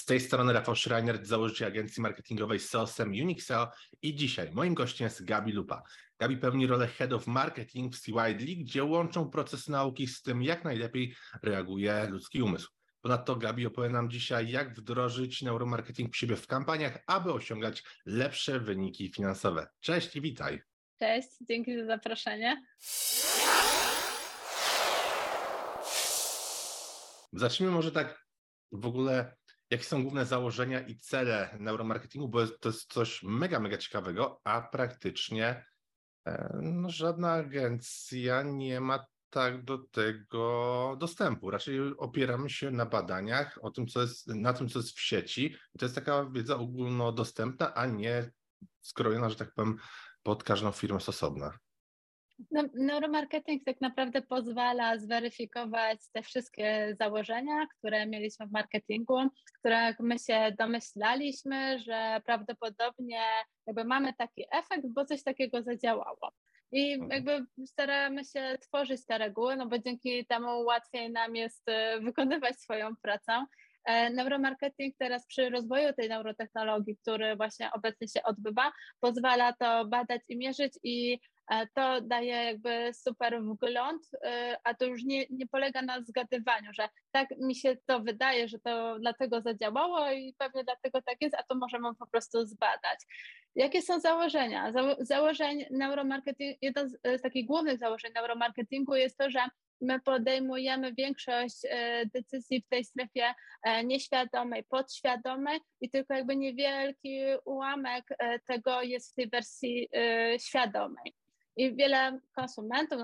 tej strony Rafał Schreiner, założyciel agencji marketingowej SEOsem UniqueSEO i dzisiaj moim gościem jest Gabi Lupa. Gabi pełni rolę Head of Marketing w CYDLY, gdzie łączą proces nauki z tym, jak najlepiej reaguje ludzki umysł. Ponadto Gabi opowie nam dzisiaj, jak wdrożyć neuromarketing u siebie w kampaniach, aby osiągać lepsze wyniki finansowe. Cześć i witaj. Cześć, dzięki za zaproszenie. Zacznijmy może tak w ogóle, jakie są główne założenia i cele neuromarketingu, bo to jest coś mega ciekawego, a praktycznie żadna agencja nie ma tak do tego dostępu. Raczej opieramy się na badaniach o tym, na tym, co jest w sieci. To jest taka wiedza ogólnodostępna, a nie skrojona, że tak powiem, pod każdą firmę z osobna. Neuromarketing tak naprawdę pozwala zweryfikować te wszystkie założenia, które mieliśmy w marketingu, które my się domyślaliśmy, że prawdopodobnie mamy taki efekt, bo coś takiego zadziałało. I staramy się tworzyć te reguły, no bo dzięki temu łatwiej nam jest wykonywać swoją pracę. Neuromarketing teraz przy rozwoju tej neurotechnologii, który właśnie obecnie się odbywa, pozwala to badać i mierzyć i to daje super wgląd, a to już nie polega na zgadywaniu, że tak mi się to wydaje, że to dlatego zadziałało i pewnie dlatego tak jest, a to możemy po prostu zbadać. Jakie są założenia? Założeń neuromarketingu, jedno z takich głównych założeń neuromarketingu jest to, że my podejmujemy większość decyzji w tej strefie nieświadomej, podświadomej i tylko niewielki ułamek tego jest w tej wersji świadomej. I wiele konsumentów,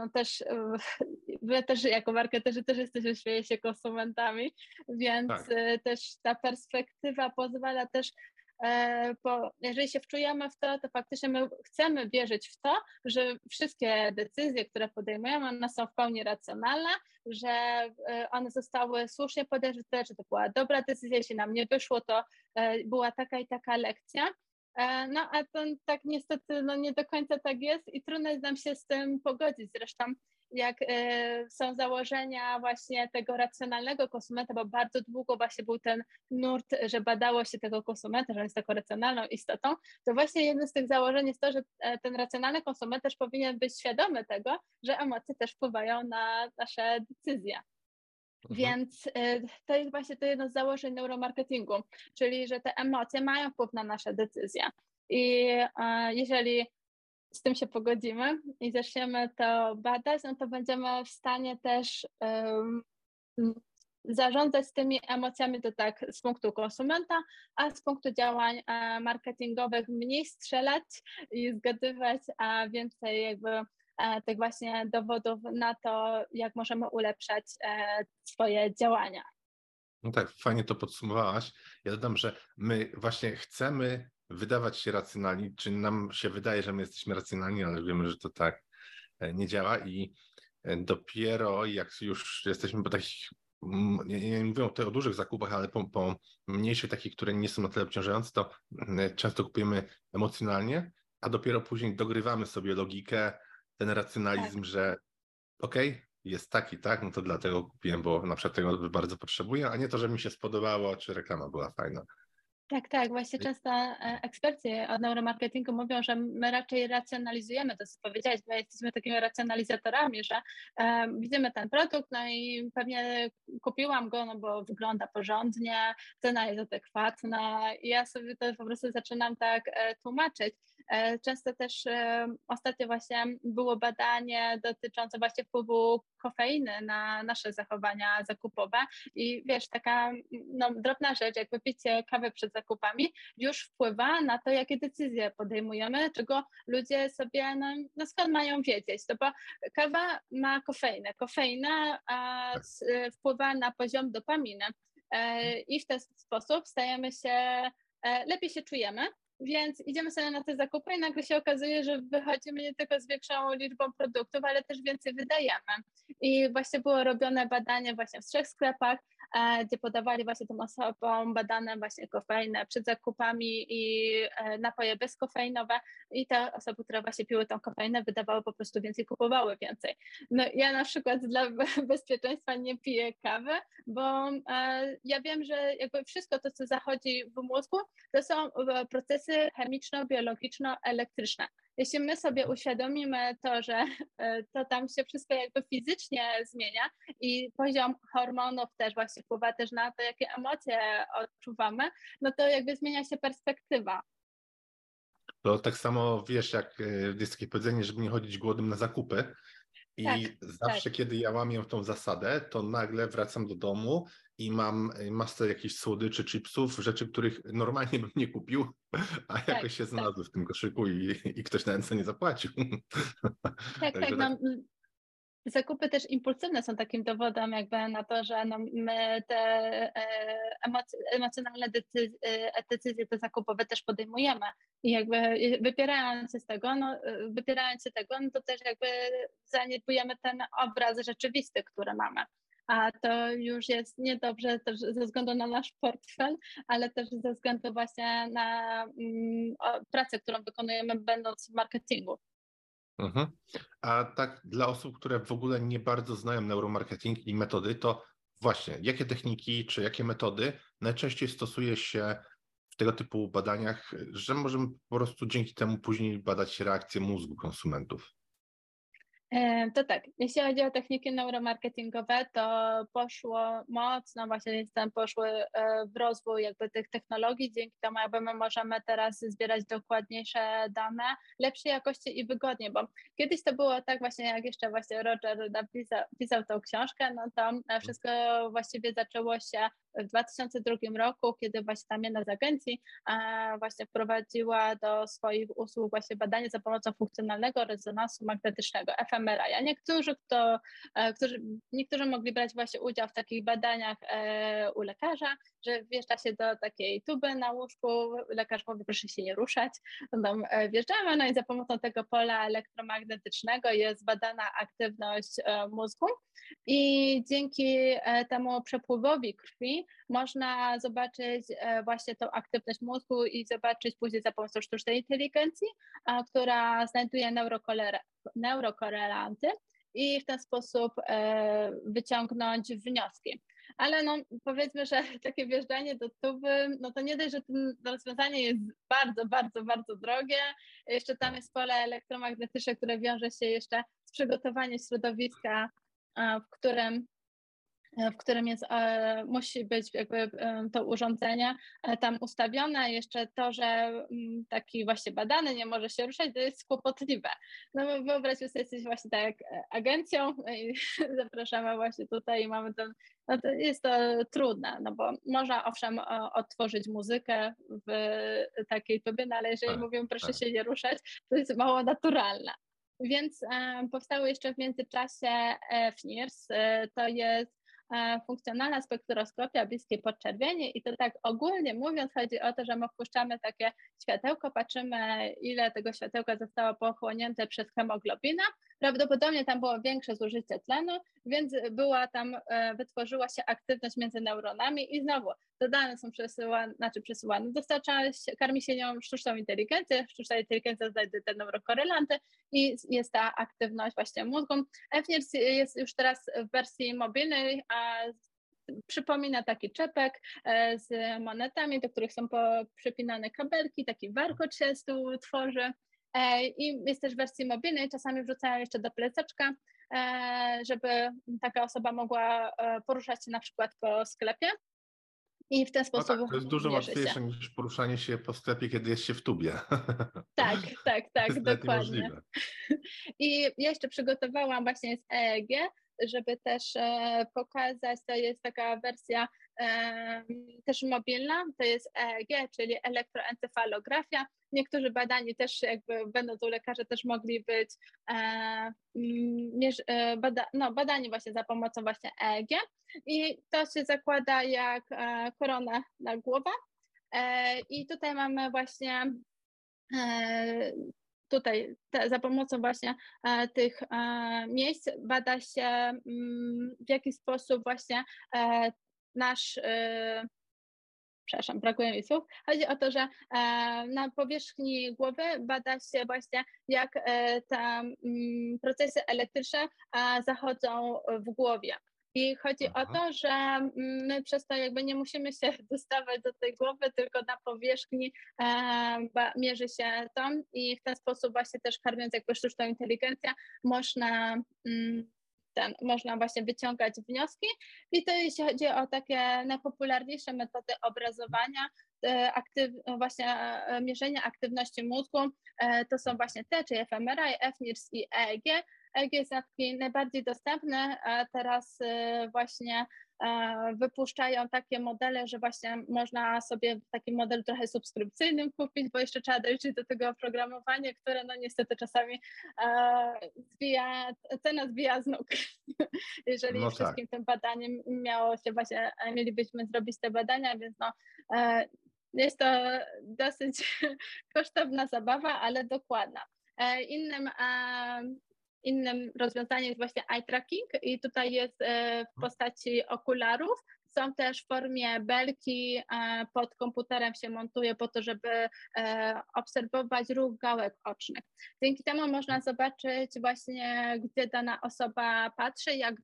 my też jako marketerzy też jesteśmy, śmieję się, konsumentami, więc też ta perspektywa pozwala też, jeżeli się wczujemy w to, to faktycznie my chcemy wierzyć w to, że wszystkie decyzje, które podejmujemy, one są w pełni racjonalne, że one zostały słusznie podjęte, że to była dobra decyzja, jeśli nam nie wyszło, to była taka i taka lekcja. No a to tak niestety nie do końca tak jest i trudno jest nam się z tym pogodzić. Zresztą jak są założenia właśnie tego racjonalnego konsumenta, bo bardzo długo właśnie był ten nurt, że badało się tego konsumenta, że on jest taką racjonalną istotą, to właśnie jednym z tych założeń jest to, że ten racjonalny konsument też powinien być świadomy tego, że emocje też wpływają na nasze decyzje. Więc to jest właśnie to jedno z założeń neuromarketingu, czyli że te emocje mają wpływ na nasze decyzje. I jeżeli z tym się pogodzimy i zaczniemy to badać, no to będziemy w stanie też zarządzać tymi emocjami, to tak z punktu konsumenta, a z punktu działań marketingowych mniej strzelać i zgadywać, a więcej tych właśnie dowodów na to, jak możemy ulepszać swoje działania. No tak, fajnie to podsumowałaś. Ja dodam, że my właśnie chcemy wydawać się racjonalni, czy nam się wydaje, że my jesteśmy racjonalni, ale wiemy, że to tak nie działa i dopiero jak już jesteśmy po takich, nie mówię tutaj o dużych zakupach, ale po mniejszych takich, które nie są na tyle obciążające, to często kupujemy emocjonalnie, a dopiero później dogrywamy sobie logikę, ten racjonalizm, że jest tak i tak, no to dlatego kupiłem, bo na przykład tego bardzo potrzebuję, a nie to, że mi się spodobało, czy reklama była fajna. Tak. Właśnie często eksperci od neuromarketingu mówią, że my raczej racjonalizujemy to, co powiedziałeś, bo jesteśmy takimi racjonalizatorami, że widzimy ten produkt, no i pewnie kupiłam go, no bo wygląda porządnie, cena jest adekwatna i ja sobie to po prostu zaczynam tak tłumaczyć. Często też ostatnio właśnie było badanie dotyczące właśnie wpływu kofeiny na nasze zachowania zakupowe i wiesz, taka drobna rzecz, jak wypicie kawy przed zakupami, już wpływa na to, jakie decyzje podejmujemy, czego ludzie sobie, skąd mają wiedzieć, no bo kawa ma kofeinę. Kofeina wpływa na poziom dopaminy i w ten sposób lepiej się czujemy, więc idziemy sobie na te zakupy i nagle się okazuje, że wychodzimy nie tylko z większą liczbą produktów, ale też więcej wydajemy. I właśnie było robione badanie właśnie w 3 sklepach gdzie podawali właśnie tym osobom badane właśnie kofeinę przed zakupami i napoje bezkofeinowe i te osoby, które właśnie piły tą kofeinę, wydawały po prostu więcej, kupowały więcej. No ja na przykład dla bezpieczeństwa nie piję kawy, bo ja wiem, że jakby wszystko to, co zachodzi w mózgu, to są procesy chemiczno-biologiczno-elektryczne. Jeśli my sobie uświadomimy to, że to tam się wszystko jakby fizycznie zmienia i poziom hormonów też właśnie wpływa też na to, jakie emocje odczuwamy, no to jakby zmienia się perspektywa. To tak samo wiesz, jak jest takie powiedzenie, żeby nie chodzić głodnym na zakupy. Tak, I tak. zawsze, kiedy ja łamię tą zasadę, to nagle wracam do domu i mam masę jakichś słodyczy, chipsów, rzeczy, których normalnie bym nie kupił, a Tak, jakoś się tak, znalazły w tym koszyku i ktoś na ręce nie zapłacił. tak, tak. Także No, tak. zakupy też impulsywne są takim dowodem jakby na to, że no my te emocjonalne decyzje te zakupowe też podejmujemy i jakby wypierając się z tego, wypierając się tego, no to też jakby zaniedbujemy ten obraz rzeczywisty, który mamy. A to już jest niedobrze też ze względu na nasz portfel, ale też ze względu właśnie na pracę, którą wykonujemy będąc w marketingu. Mhm. A tak dla osób, które w ogóle nie bardzo znają neuromarketing i metody, to właśnie jakie techniki czy jakie metody najczęściej stosuje się w tego typu badaniach, że możemy po prostu dzięki temu później badać reakcję mózgu konsumentów? To tak, jeśli chodzi o techniki neuromarketingowe, to poszło mocno, właśnie poszły w rozwój jakby tych technologii, dzięki temu jakby my możemy teraz zbierać dokładniejsze dane, lepszej jakości i wygodniej, bo kiedyś to było tak właśnie, jak jeszcze właśnie Roger pisał tą książkę, no to wszystko właściwie zaczęło się w 2002 roku, kiedy właśnie tam jedna z agencji właśnie wprowadziła do swoich usług właśnie badanie za pomocą funkcjonalnego rezonansu magnetycznego, fMRI. Niektórzy mogli brać właśnie udział w takich badaniach u lekarza, że wjeżdża się do takiej tuby na łóżku, lekarz mówi, proszę się nie ruszać, tam wjeżdżamy, no i za pomocą tego pola elektromagnetycznego jest badana aktywność mózgu i dzięki temu przepływowi krwi można zobaczyć właśnie tą aktywność mózgu i zobaczyć później za pomocą sztucznej inteligencji, która znajduje neurokorelanty i w ten sposób wyciągnąć wnioski. Ale no, powiedzmy, że takie wjeżdżanie do tuby, no to nie dość, że to rozwiązanie jest bardzo, bardzo, bardzo drogie. Jeszcze tam jest pole elektromagnetyczne, które wiąże się jeszcze z przygotowaniem środowiska, w którym jest, musi być jakby to urządzenie tam ustawione. Jeszcze to, że taki właśnie badany nie może się ruszać, to jest kłopotliwe. No bo wyobraźmy sobie, jesteś właśnie tak jak agencją i zapraszamy właśnie tutaj i mamy ten, no to jest to trudne, no bo można owszem odtworzyć muzykę w takiej tubie, no ale jeżeli Tak, mówimy proszę tak. się nie ruszać, to jest mało naturalne. Więc powstały jeszcze w międzyczasie FNIRS, to jest funkcjonalna spektroskopia bliskiej podczerwieni i to tak ogólnie mówiąc chodzi o to, że my wpuszczamy takie światełko, patrzymy ile tego światełka zostało pochłonięte przez hemoglobinę. Prawdopodobnie tam było większe zużycie tlenu, więc wytworzyła się aktywność między neuronami i znowu te dane są przesyłane, karmi się nią sztuczną inteligencję, sztuczna inteligencja znajduje te neurokorelanty i jest ta aktywność właśnie mózgu. FNIRS jest już teraz w wersji mobilnej, a przypomina taki czepek z monetami, do których są przypinane kabelki, taki warkocz się z tyłu tworzy. I jest też w wersji mobilnej, czasami wrzucają jeszcze do plecaczka, żeby taka osoba mogła poruszać się na przykład po sklepie i w ten No sposób tak, to jest dużo mierzy się. łatwiejsze niż poruszanie się po sklepie, kiedy jest się w tubie. Tak, tak, To tak, jest nawet dokładnie. niemożliwe. I ja jeszcze przygotowałam właśnie z EEG, żeby też pokazać, to jest taka wersja też mobilna, to jest EEG, czyli elektroencefalografia. Niektórzy badani też jakby będąc u lekarza też mogli być badani właśnie za pomocą właśnie EEG i to się zakłada jak koronę na głowę i tutaj mamy właśnie za pomocą właśnie tych miejsc bada się w jaki sposób właśnie przepraszam, brakuje mi słów. Chodzi o to, że na powierzchni głowy bada się właśnie, jak te procesy elektryczne zachodzą w głowie. I chodzi o to, że my przez to jakby nie musimy się dostawać do tej głowy, tylko na powierzchni mierzy się to i w ten sposób właśnie też karmiąc jakby sztuczną inteligencję można właśnie wyciągać wnioski i to jeśli chodzi o takie najpopularniejsze metody obrazowania, mierzenia aktywności mózgu, to są właśnie te, czyli fMRI, fNIRS i EEG. EEG jest taki najbardziej dostępny, a teraz właśnie wypuszczają takie modele, że właśnie można sobie taki model trochę subskrypcyjnym kupić, bo jeszcze trzeba dojść do tego oprogramowania, które no niestety czasami cena zbija z nóg. Jeżeli wszystkim tym badaniem mielibyśmy zrobić te badania, więc jest to dosyć kosztowna zabawa, ale dokładna. Innym rozwiązaniem jest właśnie eye tracking i tutaj jest w postaci okularów. Są też w formie belki, pod komputerem się montuje po to, żeby obserwować ruch gałek ocznych. Dzięki temu można zobaczyć właśnie, gdzie dana osoba patrzy, jak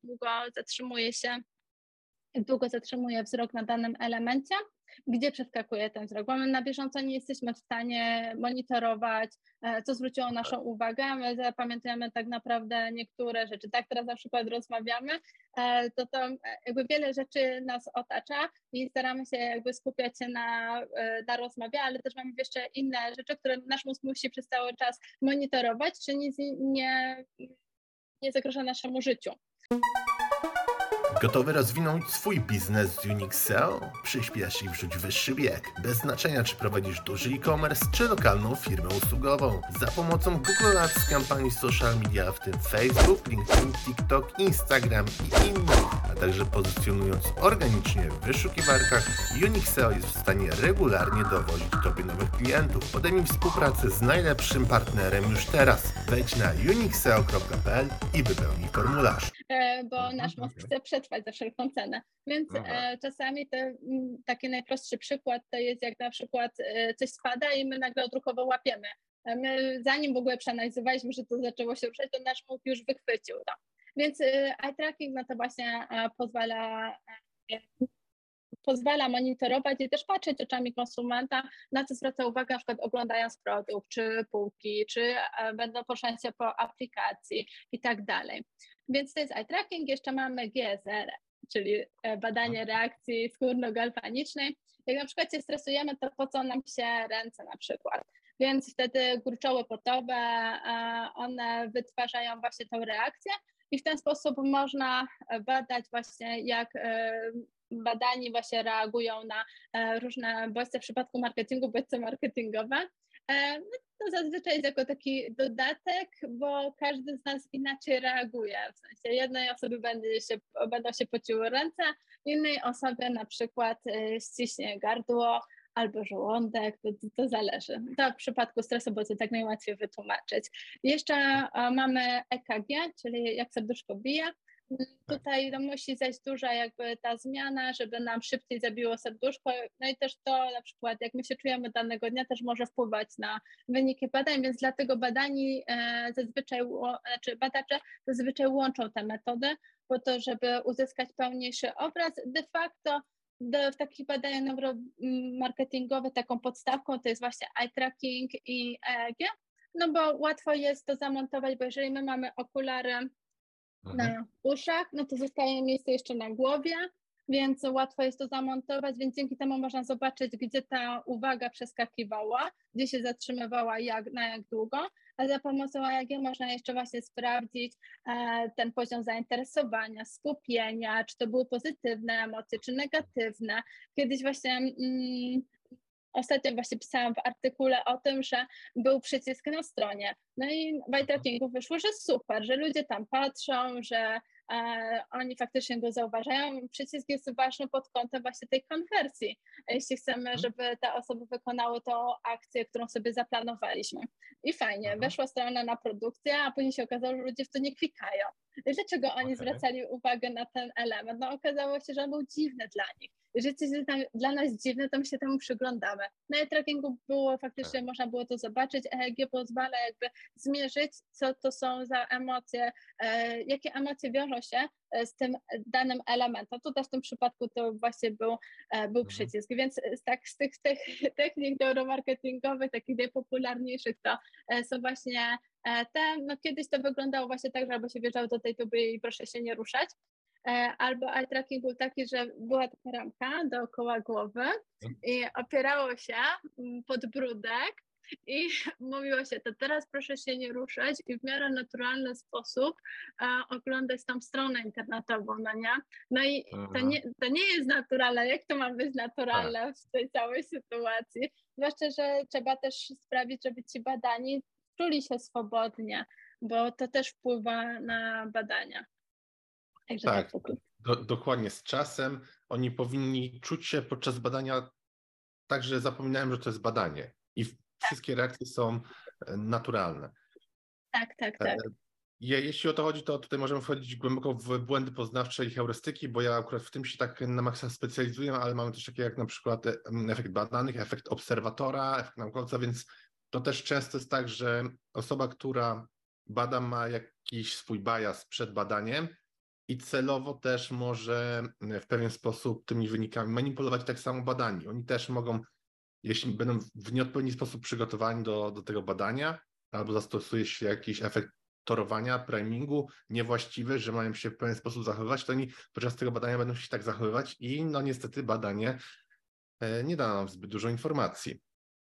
długo zatrzymuje wzrok na danym elemencie, gdzie przeskakuje ten wzrok, bo my na bieżąco nie jesteśmy w stanie monitorować, co zwróciło naszą uwagę, my zapamiętujemy tak naprawdę niektóre rzeczy. Tak teraz na przykład rozmawiamy, to jakby wiele rzeczy nas otacza i staramy się jakby skupiać się na rozmowie, ale też mamy jeszcze inne rzeczy, które nasz mózg musi przez cały czas monitorować, czy nic nie zagraża naszemu życiu. Gotowy rozwinąć swój biznes z Unix SEO? Przyspiesz i wrzuć wyższy bieg. Bez znaczenia, czy prowadzisz duży e-commerce, czy lokalną firmę usługową. Za pomocą Google Ads, kampanii social media, w tym Facebook, LinkedIn, TikTok, Instagram i innych, a także pozycjonując organicznie w wyszukiwarkach, Unix SEO jest w stanie regularnie dowozić Tobie nowych klientów. Podejmij współpracę z najlepszym partnerem już teraz. Wejdź na unixseo.pl i wypełnij formularz. Bo nasz mózg chce przetrwać za wszelką cenę. Więc czasami taki najprostszy przykład to jest, jak na przykład coś spada i my nagle odruchowo łapiemy. My zanim w ogóle przeanalizowaliśmy, że to zaczęło się ruszać, to nasz mózg już wychwycił to. Więc eye tracking to właśnie pozwala monitorować i też patrzeć oczami konsumenta, na co zwraca uwagę, na przykład oglądając produkt, czy półki, czy będą poruszać się po aplikacji i tak dalej. Więc to jest eye tracking, jeszcze mamy GSR, czyli badanie reakcji skórno-galwanicznej. Jak na przykład się stresujemy, to pocą nam się ręce na przykład. Więc wtedy gruczoły potowe, one wytwarzają właśnie tą reakcję i w ten sposób można badać właśnie, jak badani właśnie reagują na różne bodźce, w przypadku marketingu bodźce marketingowe. To zazwyczaj jest jako taki dodatek, bo każdy z nas inaczej reaguje. W sensie jednej osoby będą się pociły ręce, innej osobie na przykład ściśnie gardło albo żołądek, to zależy. To w przypadku stresu, bo to tak najłatwiej wytłumaczyć. Jeszcze mamy EKG, czyli jak serduszko bije. Tutaj musi zajść duża jakby ta zmiana, żeby nam szybciej zabiło serduszko, no i też to na przykład jak my się czujemy danego dnia też może wpływać na wyniki badań, więc dlatego badacze zazwyczaj łączą te metody po to, żeby uzyskać pełniejszy obraz. De facto w takich badaniach neuromarketingowych taką podstawką to jest właśnie eye tracking i EEG, no bo łatwo jest to zamontować, bo jeżeli my mamy okulary na uszach, no to zostaje miejsce jeszcze na głowie, więc łatwo jest to zamontować, więc dzięki temu można zobaczyć, gdzie ta uwaga przeskakiwała, gdzie się zatrzymywała, na jak długo, a za pomocą EEG można jeszcze właśnie sprawdzić ten poziom zainteresowania, skupienia, czy to były pozytywne emocje, czy negatywne. Kiedyś właśnie ostatnio właśnie pisałam w artykule o tym, że był przycisk na stronie. No i w eye trackingu wyszło, że super, że ludzie tam patrzą, że oni faktycznie go zauważają. Przycisk jest ważny pod kątem właśnie tej konwersji, jeśli chcemy, żeby te osoby wykonały tą akcję, którą sobie zaplanowaliśmy. I fajnie, weszła strona na produkcję, a później się okazało, że ludzie w to nie klikają. I dlaczego oni zwracali uwagę na ten element? No okazało się, że on był dziwny dla nich. Jeżeli coś jest dla nas dziwne, to my się temu przyglądamy. Na e-trackingu było faktycznie, można było to zobaczyć, EEG pozwala jakby zmierzyć, co to są za emocje, jakie emocje wiążą się z tym danym elementem. Tutaj w tym przypadku to właśnie był przycisk, więc tak z tych technik neuromarketingowych, takich najpopularniejszych, to są właśnie te, no kiedyś to wyglądało właśnie tak, że albo się wjeżdżało do tej tuby i proszę się nie ruszać, albo eye tracking był taki, że była taka ramka dookoła głowy i opierało się podbródek i mówiło się, to teraz proszę się nie ruszać i w miarę naturalny sposób oglądać tą stronę internetową, no nie? No i to nie jest naturalne. Jak to ma być naturalne w tej całej sytuacji? Zwłaszcza, że trzeba też sprawić, żeby ci badani czuli się swobodnie, bo to też wpływa na badania. Także tak dokładnie. Z czasem oni powinni czuć się podczas badania tak, że zapominałem, że to jest badanie i wszystkie reakcje są naturalne. Tak. Jeśli o to chodzi, to tutaj możemy wchodzić głęboko w błędy poznawcze i heurystyki, bo ja akurat w tym się tak na maksa specjalizuję, ale mamy też takie jak na przykład efekt badanych, efekt obserwatora, efekt naukowca, więc to też często jest tak, że osoba, która bada, ma jakiś swój bias przed badaniem i celowo też może w pewien sposób tymi wynikami manipulować tak samo badani. Oni też mogą, jeśli będą w nieodpowiedni sposób przygotowani do tego badania, albo zastosuje się jakiś efekt torowania, primingu niewłaściwy, że mają się w pewien sposób zachowywać, to oni podczas tego badania będą się tak zachowywać i no niestety badanie nie da nam zbyt dużo informacji.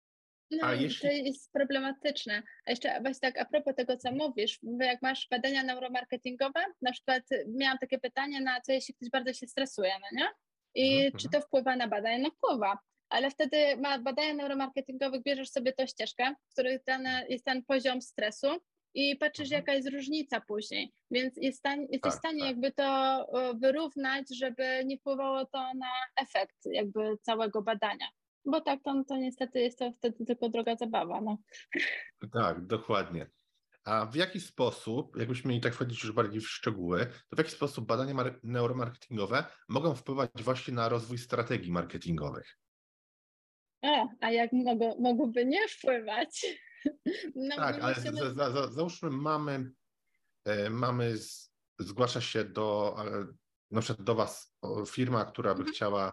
No, to jest problematyczne. A jeszcze właśnie tak a propos tego, co mówisz, jak masz badania neuromarketingowe, na przykład miałam takie pytanie, na co jeśli ktoś bardzo się stresuje, no nie? I czy to wpływa na badania? No wpływa, ale wtedy badania neuromarketingowych bierzesz sobie tą ścieżkę, w której jest ten poziom stresu i patrzysz, jaka jest różnica później, więc jesteś w stanie jakby to wyrównać, żeby nie wpływało to na efekt jakby całego badania. Bo tak, to niestety jest to wtedy tylko droga zabawa. No. Tak, dokładnie. A w jaki sposób, jakbyśmy mieli tak wchodzić już bardziej w szczegóły, to w jaki sposób badania neuromarketingowe mogą wpływać właśnie na rozwój strategii marketingowych? A jak mogłyby nie wpływać? No, tak, ale załóżmy zgłasza się na przykład do Was firma, która by chciała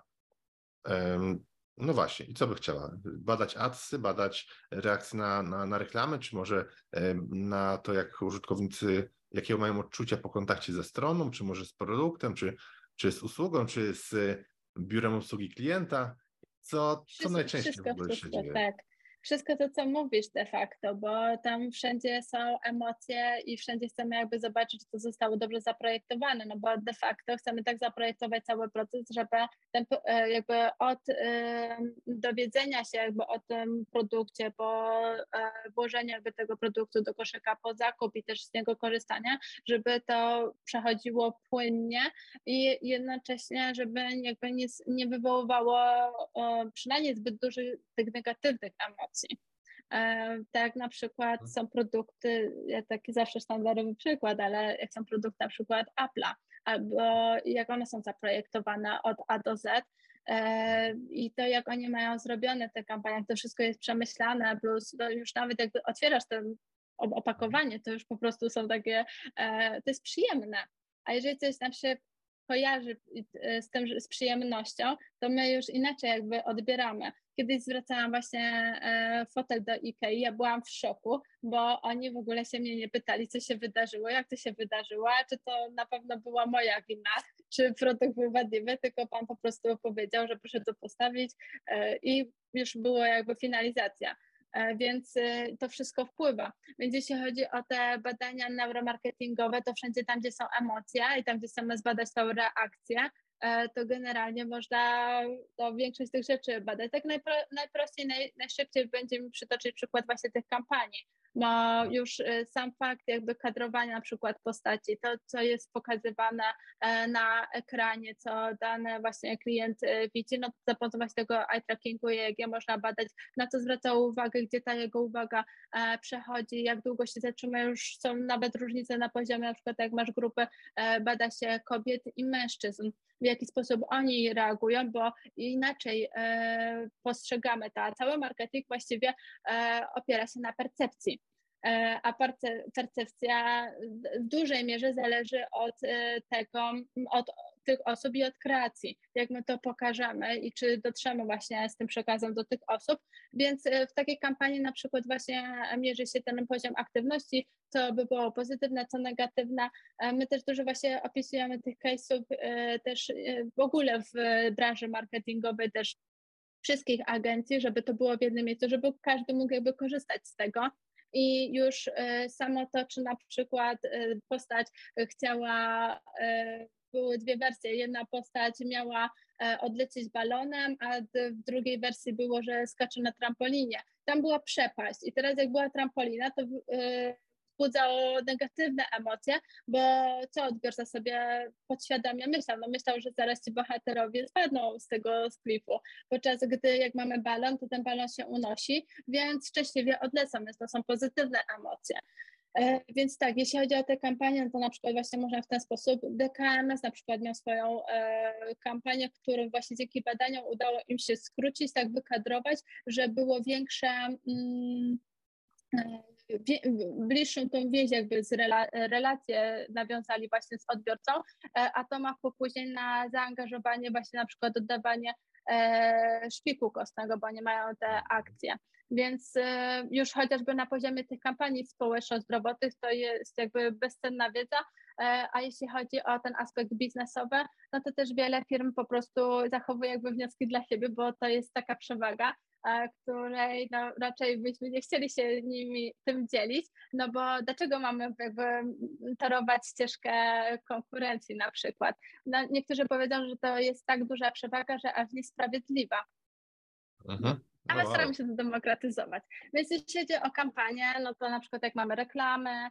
no właśnie, i co by chciała? Badać adsy, badać reakcje na reklamy, czy może na to, jak użytkownicy, jakie mają odczucia po kontakcie ze stroną, czy może z produktem, czy z usługą, czy z biurem obsługi klienta? Co najczęściej w ogóle się dzieje? Tak. Wszystko to, co mówisz de facto, bo tam wszędzie są emocje i wszędzie chcemy jakby zobaczyć, czy to zostało dobrze zaprojektowane, no bo de facto chcemy tak zaprojektować cały proces, żeby jakby od dowiedzenia się jakby o tym produkcie, po włożenie jakby tego produktu do koszyka, po zakup i też z niego korzystania, żeby to przechodziło płynnie i jednocześnie, żeby jakby nie wywoływało przynajmniej zbyt dużych tych negatywnych emocji. Tak na przykład są produkty, taki zawsze standardowy przykład, ale jak są produkty na przykład Apple'a, albo jak one są zaprojektowane od A do Z i to jak oni mają zrobione te kampanie, to wszystko jest przemyślane, plus to już nawet jak otwierasz to opakowanie, to już po prostu są takie, to jest przyjemne. A jeżeli coś nam się kojarzy z przyjemnością, to my już inaczej jakby odbieramy. Kiedyś zwracałam właśnie fotel do Ikei, ja byłam w szoku, bo oni w ogóle się mnie nie pytali, co się wydarzyło, jak to się wydarzyło, czy to na pewno była moja wina, czy produkt był wadliwy, tylko pan po prostu powiedział, że proszę to postawić i już było jakby finalizacja. Więc to wszystko wpływa. Więc jeśli chodzi o te badania neuromarketingowe, to wszędzie tam, gdzie są emocje i tam, gdzie chcemy zbadać tą reakcję, to generalnie można większość tych rzeczy badać. Tak najprościej, najszybciej będzie mi przytoczyć przykład właśnie tych kampanii. bo już sam fakt jakby kadrowania na przykład postaci, to co jest pokazywane na ekranie, co dane właśnie klient widzi, no to za pomocą właśnie tego eye trackingu EEG można badać, na co zwraca uwagę, gdzie ta jego uwaga przechodzi, jak długo się zatrzymuje, już są nawet różnice na poziomie, na przykład jak masz grupy, bada się kobiet i mężczyzn, w jaki sposób oni reagują, bo inaczej postrzegamy to, a cały marketing właściwie opiera się na percepcji. A percepcja w dużej mierze zależy od tego, od tych osób i od kreacji, jak my to pokażemy i czy dotrzemy właśnie z tym przekazem do tych osób, więc w takiej kampanii na przykład właśnie mierzy się ten poziom aktywności, co by było pozytywne, co negatywne. My też dużo właśnie opisujemy tych case'ów też w ogóle w branży marketingowej, też wszystkich agencji, żeby to było w jednym miejscu, żeby każdy mógł jakby korzystać z tego. I już samo to, czy na przykład postać chciała, były dwie wersje, jedna postać miała odlecieć balonem, a w drugiej wersji było, że skacze na trampolinie. Tam była przepaść i teraz jak była trampolina, to wzbudzało negatywne emocje, bo co odbiorca sobie podświadomie myślał? No myślał, że zaraz ci bohaterowie spadną z tego klifu, podczas gdy jak mamy balon, to ten balon się unosi, więc szczęśliwie odlecą, więc to są pozytywne emocje. Więc tak, jeśli chodzi o te kampanie, to na przykład właśnie można w ten sposób, DKMS na przykład miał swoją kampanię, którą właśnie dzięki badaniom udało im się skrócić, tak wykadrować, że było większe bliższą tą więź jakby z relacje nawiązali właśnie z odbiorcą, a to ma wpływ później na zaangażowanie właśnie na przykład oddawanie szpiku kostnego, bo nie mają te akcje. Więc już chociażby na poziomie tych kampanii społeczno-zdrowotnych to jest jakby bezcenna wiedza, a jeśli chodzi o ten aspekt biznesowy, no to też wiele firm po prostu zachowuje jakby wnioski dla siebie, bo to jest taka przewaga, której no, raczej byśmy nie chcieli się tym dzielić, no bo dlaczego mamy jakby torować ścieżkę konkurencji na przykład? No, niektórzy powiedzą, że to jest tak duża przewaga, że aż niesprawiedliwa. Mhm. A my staramy się to demokratyzować. Więc jeśli chodzi o kampanię, no to na przykład jak mamy reklamy,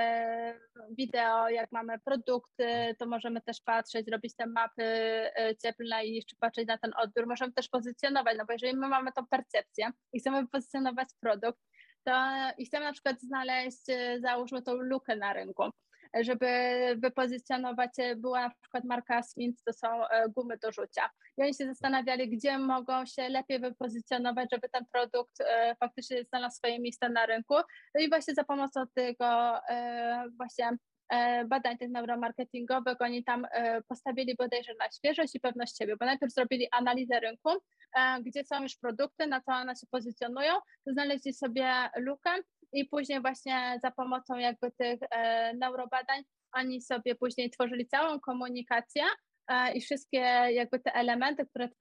wideo, jak mamy produkty, to możemy też patrzeć, robić te mapy cieplne i jeszcze patrzeć na ten odbiór. Możemy też pozycjonować, no bo jeżeli my mamy tą percepcję i chcemy pozycjonować produkt, to i chcemy na przykład znaleźć, załóżmy tą lukę na rynku, żeby wypozycjonować, była na przykład marka Swint, to są gumy do rzucia. I oni się zastanawiali, gdzie mogą się lepiej wypozycjonować, żeby ten produkt faktycznie znalazł swoje miejsce na rynku. No i właśnie za pomocą tego właśnie badań tych neuromarketingowych oni tam postawili bodajże na świeżość i pewność siebie, bo najpierw zrobili analizę rynku, gdzie są już produkty, na co one się pozycjonują, znaleźli sobie lukę i później właśnie za pomocą jakby tych neurobadań oni sobie później tworzyli całą komunikację i wszystkie jakby te elementy, które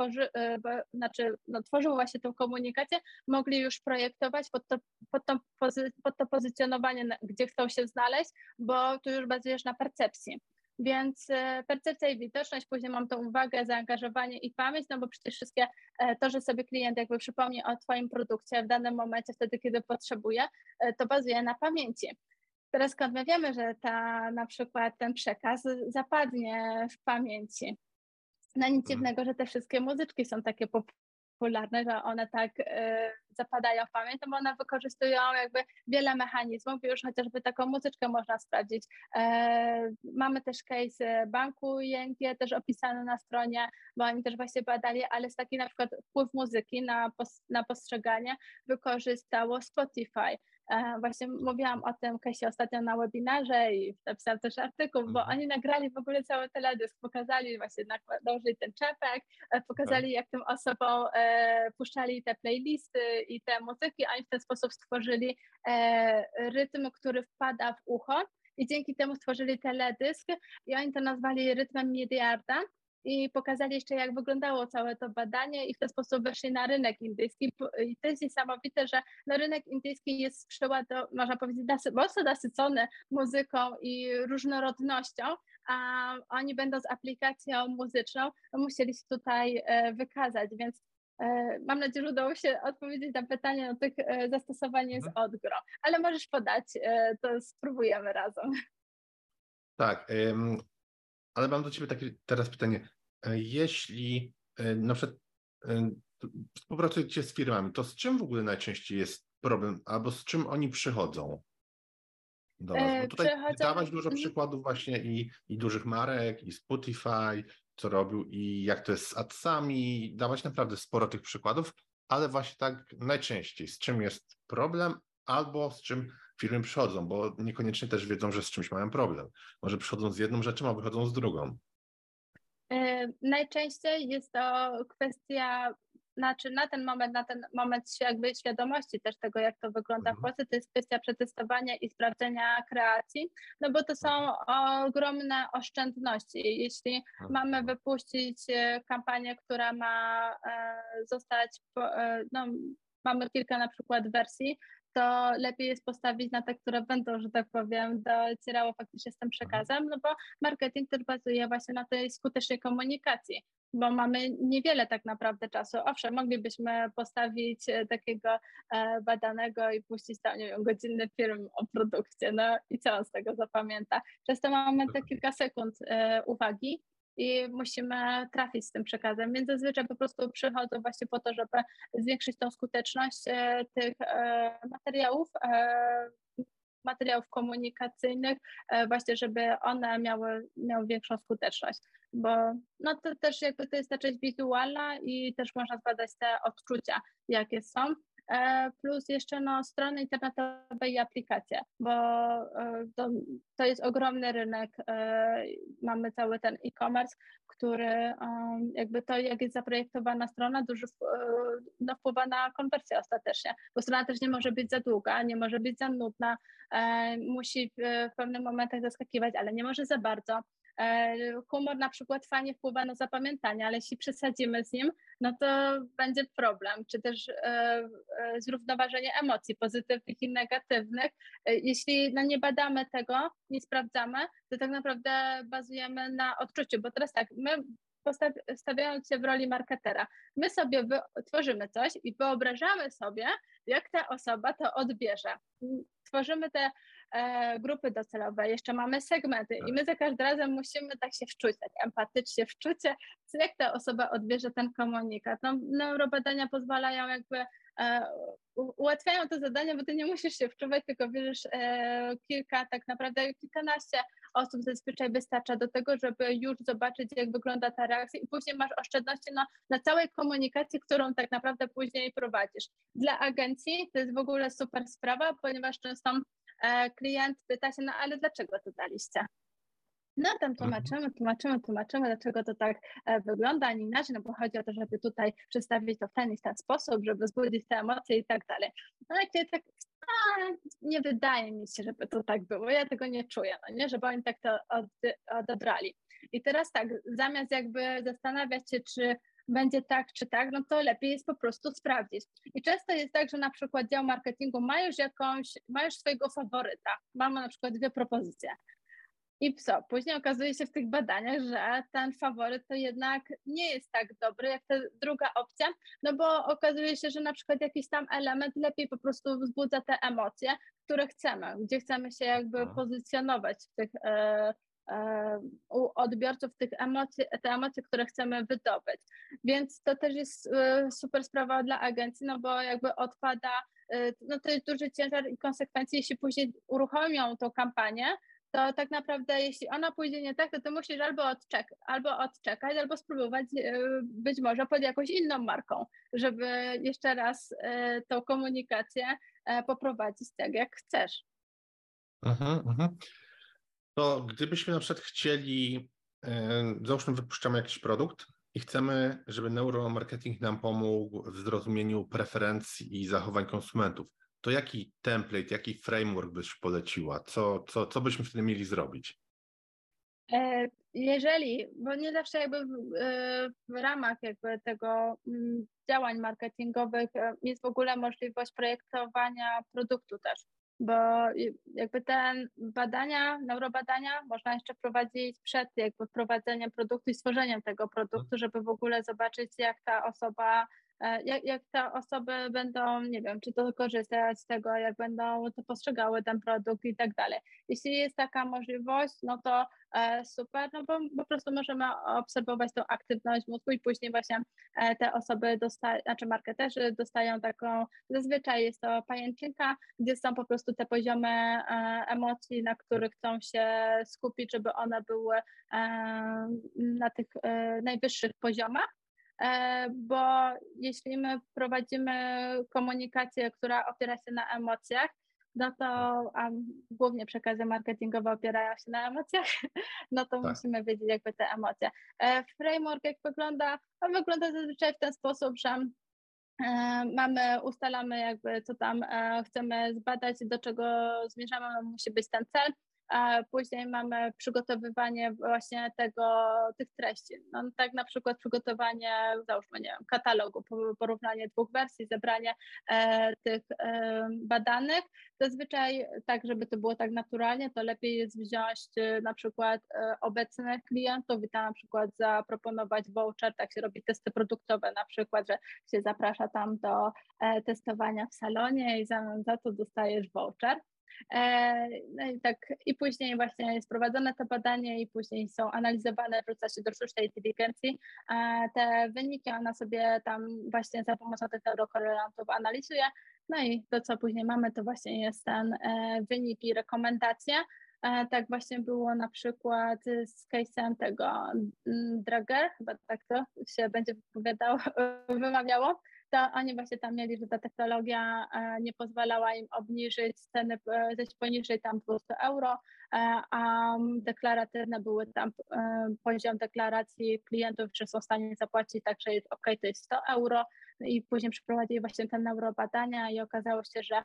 tworzyły właśnie tą komunikację, mogli już projektować pod to pozycjonowanie, gdzie chcą się znaleźć, bo tu już bazujesz na percepcji. Więc percepcja i widoczność, później mam tą uwagę, zaangażowanie i pamięć, no bo przecież wszystkie to, że sobie klient jakby przypomni o Twoim produkcie w danym momencie, wtedy kiedy potrzebuje, to bazuje na pamięci. Teraz skąd my wiemy, że na przykład ten przekaz zapadnie w pamięci? No nic dziwnego, że te wszystkie muzyczki są takie popularne, że one tak zapadają w pamięć, no bo one wykorzystują jakby wiele mechanizmów, już chociażby taką muzyczkę można sprawdzić. Mamy też case banku ING też opisany na stronie, bo oni też właśnie badali, ale jest taki na przykład wpływ muzyki na postrzeganie wykorzystało Spotify. Właśnie mówiłam o tym case'ie ostatnio na webinarze i napisałam też artykuł, bo oni nagrali w ogóle cały teledysk, pokazali właśnie, nałożyli ten czepek, pokazali jak tym osobom puszczali te playlisty i te muzyki, a oni w ten sposób stworzyli rytm, który wpada w ucho i dzięki temu stworzyli teledysk i oni to nazwali rytmem miliarda. I pokazali jeszcze, jak wyglądało całe to badanie i w ten sposób weszli na rynek indyjski. I to jest niesamowite, że rynek indyjski jest można powiedzieć, mocno nasycony muzyką i różnorodnością, a oni będąc aplikacją muzyczną, musieli się tutaj wykazać, więc Mam nadzieję, że udało się odpowiedzieć na pytanie, tych zastosowań jest Mhm. od gro, ale możesz podać, to spróbujemy razem. Tak, ale mam do Ciebie takie teraz pytanie. Jeśli na przykład współpracujecie z firmami, to z czym w ogóle najczęściej jest problem, albo z czym oni przychodzą do Was? Bo tutaj Przechodzą. dałaś dużo przykładów właśnie i dużych marek, i Spotify, co robił, i jak to jest z adsami. Dałaś naprawdę sporo tych przykładów, ale właśnie tak najczęściej, z czym jest problem, albo z czym firmy przychodzą, bo niekoniecznie też wiedzą, że z czymś mają problem. Może przychodzą z jedną rzeczą, a wychodzą z drugą. Najczęściej jest to kwestia, znaczy na ten moment jakby świadomości też tego, jak to wygląda w Polsce, to jest kwestia przetestowania i sprawdzenia kreacji, no bo to są ogromne oszczędności. Jeśli mamy wypuścić kampanię, która ma zostać, no mamy kilka na przykład wersji, to lepiej jest postawić na te, które będą, że tak powiem, docierało faktycznie z tym przekazem, no bo marketing też bazuje właśnie na tej skutecznej komunikacji, bo mamy niewiele tak naprawdę czasu. Owszem, moglibyśmy postawić takiego badanego i puścić tam, nie wiem, godzinny film o produkcie, no i co on z tego zapamięta? Często mamy te kilka sekund uwagi i musimy trafić z tym przekazem, więc zazwyczaj po prostu przychodzą właśnie po to, żeby zwiększyć tą skuteczność tych materiałów komunikacyjnych, właśnie żeby one miały większą skuteczność, bo no to też jakby to jest ta część wizualna i też można zbadać te odczucia, jakie są. Plus jeszcze no, strony internetowe i aplikacje, bo to jest ogromny rynek. Mamy cały ten e-commerce, który jakby to, jak jest zaprojektowana strona, dużo no, wpływa na konwersję ostatecznie, bo strona też nie może być za długa, nie może być za nudna, musi w pewnych momentach zaskakiwać, ale nie może za bardzo. Humor na przykład fajnie wpływa na zapamiętanie, ale jeśli przesadzimy z nim, no to będzie problem, czy też zrównoważenie emocji pozytywnych i negatywnych. Jeśli no, nie badamy tego, nie sprawdzamy, to tak naprawdę bazujemy na odczuciu, bo teraz tak, my stawiając się w roli marketera, my sobie tworzymy coś i wyobrażamy sobie, jak ta osoba to odbierze. Tworzymy te grupy docelowe, jeszcze mamy segmenty i my za każdym razem musimy tak się wczuć, tak empatycznie wczuć się, jak ta osoba odbierze ten komunikat. No, neurobadania pozwalają jakby, ułatwiają to zadanie, bo ty nie musisz się wczuwać, tylko bierzesz kilka, tak naprawdę kilkanaście osób zazwyczaj wystarcza do tego, żeby już zobaczyć, jak wygląda ta reakcja i później masz oszczędności na całej komunikacji, którą tak naprawdę później prowadzisz. Dla agencji to jest w ogóle super sprawa, ponieważ często klient pyta się, no ale dlaczego to daliście? No tam tłumaczymy, dlaczego to tak wygląda, a nie inaczej, no bo chodzi o to, żeby tutaj przedstawić to w ten i ten sposób, żeby wzbudzić te emocje i tak dalej. No ale tak, nie wydaje mi się, żeby to tak było, ja tego nie czuję, no nie, żeby oni tak to odebrali. I teraz tak, zamiast jakby zastanawiać się, czy będzie tak, czy tak, no to lepiej jest po prostu sprawdzić. I często jest tak, że na przykład dział marketingu ma już swojego faworyta, mamy na przykład 2 propozycje. I co? Później okazuje się w tych badaniach, że ten faworyt to jednak nie jest tak dobry jak ta druga opcja, no bo okazuje się, że na przykład jakiś tam element lepiej po prostu wzbudza te emocje, które chcemy, gdzie chcemy się jakby pozycjonować w tych u odbiorców te emocje, które chcemy wydobyć. Więc to też jest super sprawa dla agencji, no bo jakby odpada, no to jest duży ciężar i konsekwencje, jeśli później uruchomią tą kampanię, to tak naprawdę jeśli ona pójdzie nie tak, to ty musisz albo odczekać, albo spróbować być może pod jakąś inną marką, żeby jeszcze raz tą komunikację poprowadzić tak, jak chcesz. To gdybyśmy na przykład chcieli, załóżmy wypuszczamy jakiś produkt i chcemy, żeby neuromarketing nam pomógł w zrozumieniu preferencji i zachowań konsumentów, to jaki template, jaki framework byś poleciła? Co byśmy wtedy mieli zrobić? Jeżeli, bo nie zawsze jakby w ramach jakby tego działań marketingowych jest w ogóle możliwość projektowania produktu też, bo jakby te neurobadania można jeszcze prowadzić przed jakby wprowadzeniem produktu i stworzeniem tego produktu, żeby w ogóle zobaczyć, jak ta osoba jak te osoby będą, nie wiem, czy to korzystać z tego, jak będą to postrzegały ten produkt i tak dalej. Jeśli jest taka możliwość, no to super, no bo po prostu możemy obserwować tą aktywność mózgu i później właśnie te osoby znaczy marketerzy dostają taką, zazwyczaj jest to pajęczynka, gdzie są po prostu te poziomy emocji, na których chcą się skupić, żeby one były na tych najwyższych poziomach. Bo jeśli my prowadzimy komunikację, która opiera się na emocjach, no to a głównie przekazy marketingowe opierają się na emocjach, no to Tak. musimy wiedzieć jakby te emocje. Framework jak wygląda? On wygląda zazwyczaj w ten sposób, że ustalamy jakby co tam chcemy zbadać, do czego zmierzamy, musi być ten cel. A później mamy przygotowywanie właśnie tych treści. No, tak na przykład przygotowanie, załóżmy, nie wiem, katalogu, porównanie 2 wersji, zebranie tych badanych. Zazwyczaj tak, żeby to było tak naturalnie, to lepiej jest wziąć na przykład obecnych klientów i tam na przykład zaproponować voucher, tak się robi testy produktowe na przykład, że się zaprasza tam do testowania w salonie i za to dostajesz voucher. No i tak, i później właśnie jest prowadzone to badanie i później są analizowane, wrzuca się do sztucznej inteligencji. Te wyniki ona sobie tam właśnie za pomocą tych neurokorelantów analizuje. No i to, co później mamy, to właśnie jest ten wynik i rekomendacje. Tak właśnie było na przykład z case'em tego Drager, chyba tak to się będzie wymawiało, to oni właśnie tam mieli, że ta technologia nie pozwalała im obniżyć ceny, zejść poniżej tam 200 euro, a deklaratywne były tam poziom deklaracji klientów, że są w stanie zapłacić, także jest ok, to jest 100 euro. I później przeprowadzili właśnie te neurobadania i okazało się, że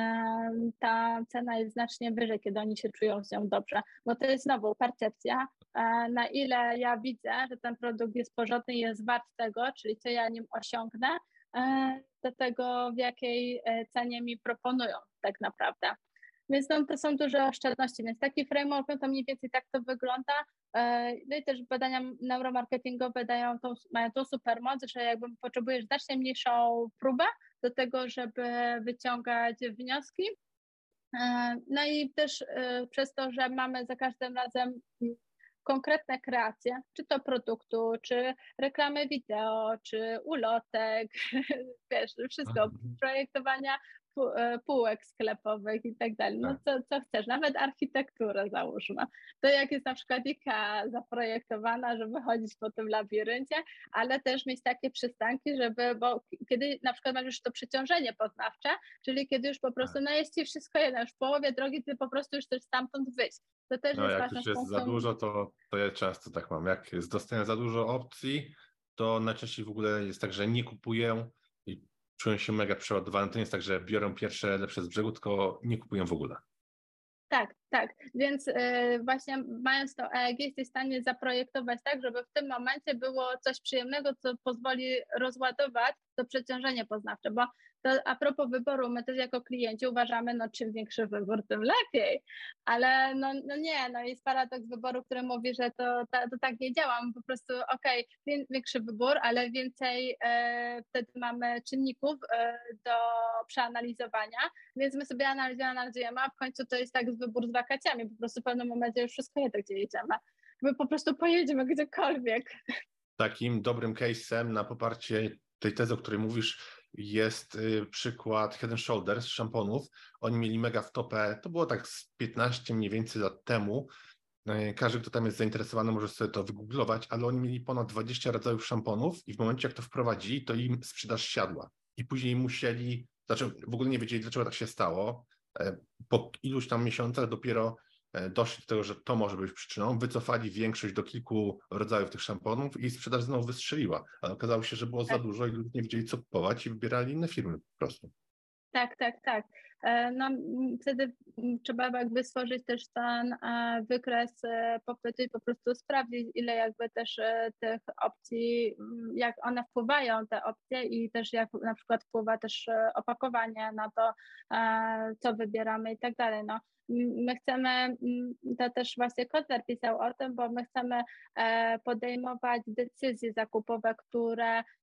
ta cena jest znacznie wyżej, kiedy oni się czują z nią dobrze, bo to jest znowu percepcja, na ile ja widzę, że ten produkt jest porządny i jest wart tego, czyli co ja nim osiągnę, do tego, w jakiej cenie mi proponują tak naprawdę. Więc no, to są duże oszczędności, więc taki framework, no to mniej więcej tak to wygląda. No i też badania neuromarketingowe mają tą supermoc, że jakby potrzebujesz znacznie mniejszą próbę do tego, żeby wyciągać wnioski. No i też przez to, że mamy za każdym razem konkretne kreacje, czy to produktu, czy reklamy wideo, czy ulotek, wiesz, wszystko, projektowania półek sklepowych i tak dalej. No co chcesz, nawet architekturę załóżmy. To jak jest na przykład IKEA zaprojektowana, żeby chodzić po tym labiryncie, ale też mieć takie przystanki, bo kiedy na przykład masz już to przeciążenie poznawcze, czyli kiedy już po prostu jest ci wszystko jedno, już w połowie drogi ty po prostu już chcesz stamtąd wyjść. To też No jest jak ważne już z jest za dużo, to ja często tak mam. Jak jest dostępne za dużo opcji, to najczęściej w ogóle jest tak, że nie kupuję i czuję się mega przeładowany. To nie jest tak, że biorę pierwsze lepsze z brzegu, tylko nie kupuję w ogóle. Tak. Więc właśnie mając to EEG jesteś w stanie zaprojektować tak, żeby w tym momencie było coś przyjemnego, co pozwoli rozładować to przeciążenie poznawcze, bo to a propos wyboru, my też jako klienci uważamy, no czym większy wybór, tym lepiej, ale no nie, no jest paradoks wyboru, który mówi, że to tak nie działa, po prostu większy wybór, ale więcej wtedy mamy czynników do przeanalizowania, więc my sobie analizujemy, a w końcu to jest tak wybór z wakacjami, po prostu w pewnym momencie już wszystko jedno, gdzie jedziemy. My po prostu pojedziemy gdziekolwiek. Takim dobrym case'em na poparcie tej tezy, o której mówisz, jest przykład Head & Shoulders szamponów. Oni mieli mega wtopę, to było tak z 15 mniej więcej lat temu. Każdy, kto tam jest zainteresowany, może sobie to wygooglować, ale oni mieli ponad 20 rodzajów szamponów i w momencie, jak to wprowadzili, to im sprzedaż siadła. I później w ogóle nie wiedzieli, dlaczego tak się stało. Po iluś tam miesiącach dopiero doszli do tego, że to może być przyczyną, wycofali większość do kilku rodzajów tych szamponów i sprzedaż znowu wystrzeliła. Ale okazało się, że było za dużo i ludzie nie wiedzieli, co kupować i wybierali inne firmy po prostu. Tak. No, wtedy trzeba jakby stworzyć też ten wykres popytu i po prostu sprawdzić, ile jakby też tych opcji, jak one wpływają, te opcje i też jak na przykład wpływa też opakowanie na to, co wybieramy i tak dalej. No. My chcemy, to też właśnie Kotler pisał o tym, bo my chcemy podejmować decyzje zakupowe, które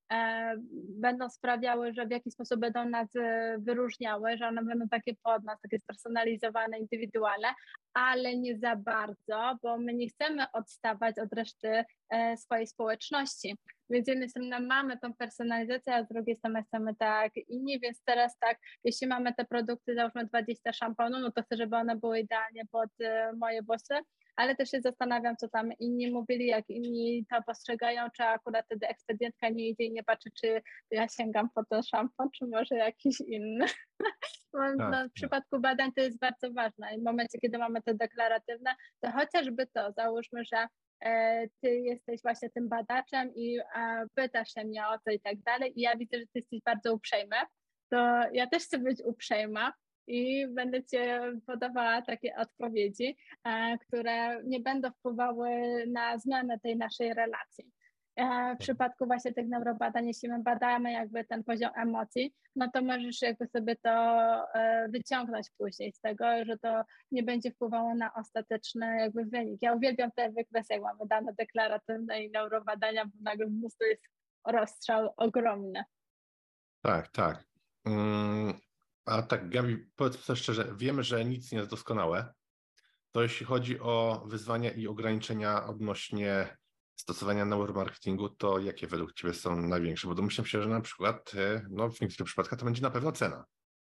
będą sprawiały, że w jakiś sposób będą nas wyróżniały, że one będą takie pod nas, takie spersonalizowane, indywidualne, ale nie za bardzo, bo my nie chcemy odstawać od reszty swojej społeczności. Więc z jednej strony mamy tą personalizację, a z drugiej strony chcemy tak inni, więc teraz tak, jeśli mamy te produkty, załóżmy 20 szamponów, no to chcę, żeby one były idealnie pod moje włosy, ale też się zastanawiam, co tam inni mówili, jak inni to postrzegają, czy akurat wtedy ekspedientka nie idzie i nie patrzy, czy ja sięgam po ten szampon, czy może jakiś inny. W przypadku badań to jest bardzo ważne i w momencie, kiedy mamy te deklaratywne, to chociażby to, załóżmy, że ty jesteś właśnie tym badaczem i pytasz się mnie o to i tak dalej i ja widzę, że ty jesteś bardzo uprzejmy, to ja też chcę być uprzejma i będę ci podawała takie odpowiedzi, które nie będą wpływały na zmianę tej naszej relacji. W przypadku właśnie tych neurobadań, jeśli my badamy jakby ten poziom emocji, no to możesz jakby sobie to wyciągnąć później z tego, że to nie będzie wpływało na ostateczny jakby wynik. Ja uwielbiam te wykresy, jak mamy dane deklaratywne i neurobadania, bo nagle po prostu jest rozstrzał ogromny. Tak, tak. A tak, Gabi, powiedz sobie szczerze, wiemy, że nic nie jest doskonałe. To jeśli chodzi o wyzwania i ograniczenia odnośnie stosowania neuromarketingu, to jakie według Ciebie są największe? Bo domyślam się, że na przykład no, w niektórych przypadkach to będzie na pewno cena.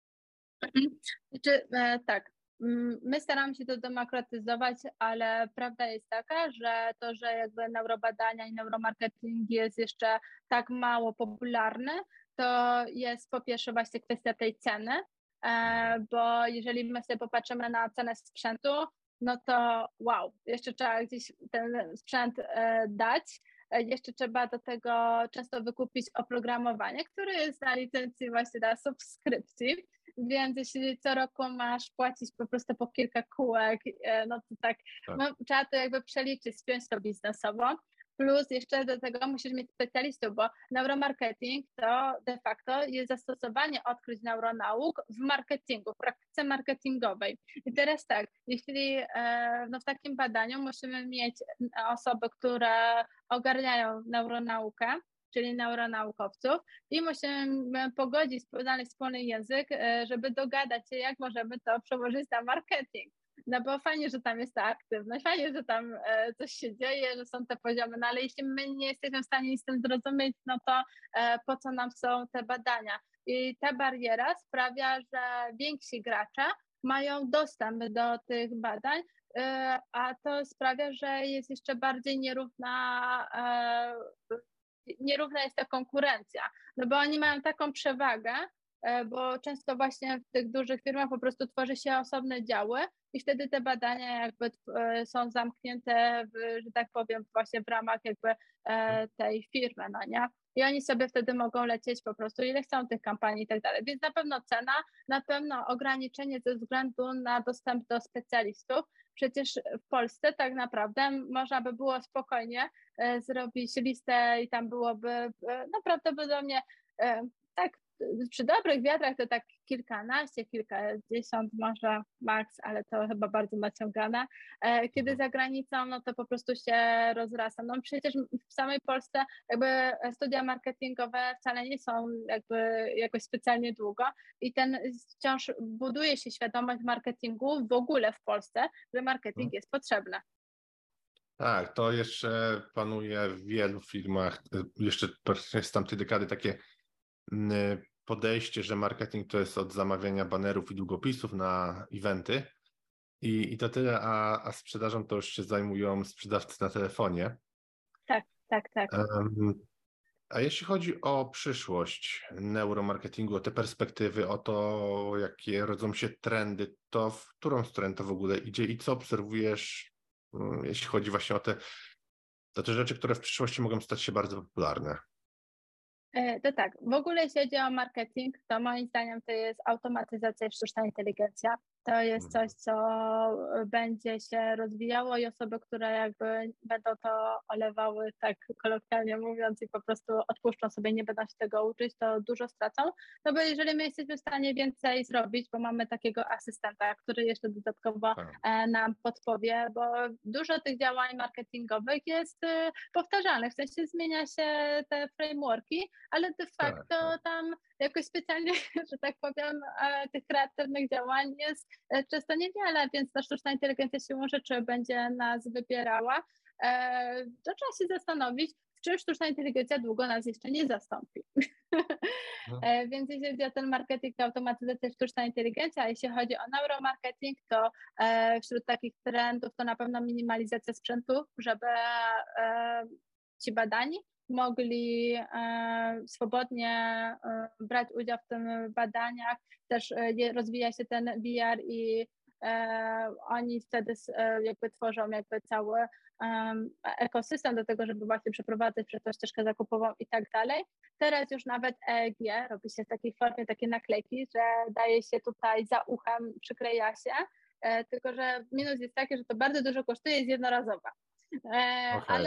Tak, my staramy się to demokratyzować, ale prawda jest taka, że to, że jakby neurobadania i neuromarketing jest jeszcze tak mało popularny, to jest po pierwsze właśnie kwestia tej ceny, bo jeżeli my sobie popatrzymy na cenę sprzętu, no to wow, jeszcze trzeba gdzieś ten sprzęt dać, jeszcze trzeba do tego często wykupić oprogramowanie, które jest na licencji właśnie na subskrypcji, więc jeśli co roku masz płacić po prostu po kilka kółek, no to tak. No, trzeba to jakby przeliczyć, spiąć to biznesowo. Plus jeszcze do tego musisz mieć specjalistów, bo neuromarketing to de facto jest zastosowanie odkryć neuronauk w marketingu, w praktyce marketingowej. I teraz tak, jeśli no w takim badaniu musimy mieć osoby, które ogarniają neuronaukę, czyli neuronaukowców i musimy pogodzić, znaleźć wspólny język, żeby dogadać się, jak możemy to przełożyć na marketing. No bo fajnie, że tam jest ta aktywność, fajnie, że tam coś się dzieje, że są te poziomy, no ale jeśli my nie jesteśmy w stanie nic z tym zrozumieć, no to po co nam są te badania? I ta bariera sprawia, że więksi gracze mają dostęp do tych badań, a to sprawia, że jest jeszcze bardziej nierówna jest ta konkurencja, no bo oni mają taką przewagę, bo często właśnie w tych dużych firmach po prostu tworzy się osobne działy i wtedy te badania jakby są zamknięte, że tak powiem, właśnie w ramach jakby tej firmy, no nie? I oni sobie wtedy mogą lecieć po prostu ile chcą tych kampanii i tak dalej. Więc na pewno cena, na pewno ograniczenie ze względu na dostęp do specjalistów. Przecież w Polsce tak naprawdę można by było spokojnie zrobić listę i tam byłoby naprawdę do mnie tak przy dobrych wiatrach to tak kilkanaście, kilkadziesiąt może maks, ale to chyba bardzo naciągane. Kiedy za granicą, no to po prostu się rozrasta. No przecież w samej Polsce jakby studia marketingowe wcale nie są jakby jakoś specjalnie długo i ten wciąż buduje się świadomość marketingu w ogóle w Polsce, że marketing jest potrzebny. Tak, to jeszcze panuje w wielu firmach, jeszcze z tamtej dekady takie podejście, że marketing to jest od zamawiania banerów i długopisów na eventy i to tyle, a sprzedażą to już się zajmują sprzedawcy na telefonie. Tak. A jeśli chodzi o przyszłość neuromarketingu, o te perspektywy, o to, jakie rodzą się trendy, to w którą stronę to w ogóle idzie i co obserwujesz, jeśli chodzi właśnie o te rzeczy, które w przyszłości mogą stać się bardzo popularne? To tak, w ogóle jeśli chodzi o marketing, to moim zdaniem to jest automatyzacja i sztuczna inteligencja. To jest coś, co będzie się rozwijało i osoby, które jakby będą to olewały, tak kolokwialnie mówiąc, i po prostu odpuszczą sobie, nie będą się tego uczyć, to dużo stracą. No bo jeżeli my jesteśmy w stanie więcej zrobić, bo mamy takiego asystenta, który jeszcze dodatkowo nam podpowie, bo dużo tych działań marketingowych jest powtarzalnych, w sensie zmienia się te frameworki, ale de facto tam jakoś specjalnie, że tak powiem, tych kreatywnych działań jest często niewiele, więc ta sztuczna inteligencja siłą rzeczy będzie nas wybierała. To trzeba się zastanowić, w czym sztuczna inteligencja długo nas jeszcze nie zastąpi. Więc jeśli chodzi o ten marketing, automatyzacja, sztuczna inteligencja, a jeśli chodzi o neuromarketing, to wśród takich trendów to na pewno minimalizacja sprzętu, żeby ci badani mogli swobodnie brać udział w tym badaniach. Też rozwija się ten VR i oni wtedy jakby tworzą jakby cały ekosystem do tego, żeby właśnie przeprowadzać przez tą ścieżkę zakupową i tak dalej. Teraz już nawet EEG robi się w takiej formie, takie naklejki, że daje się tutaj za uchem, przykleja się, tylko że minus jest taki, że to bardzo dużo kosztuje, jest jednorazowa. Ale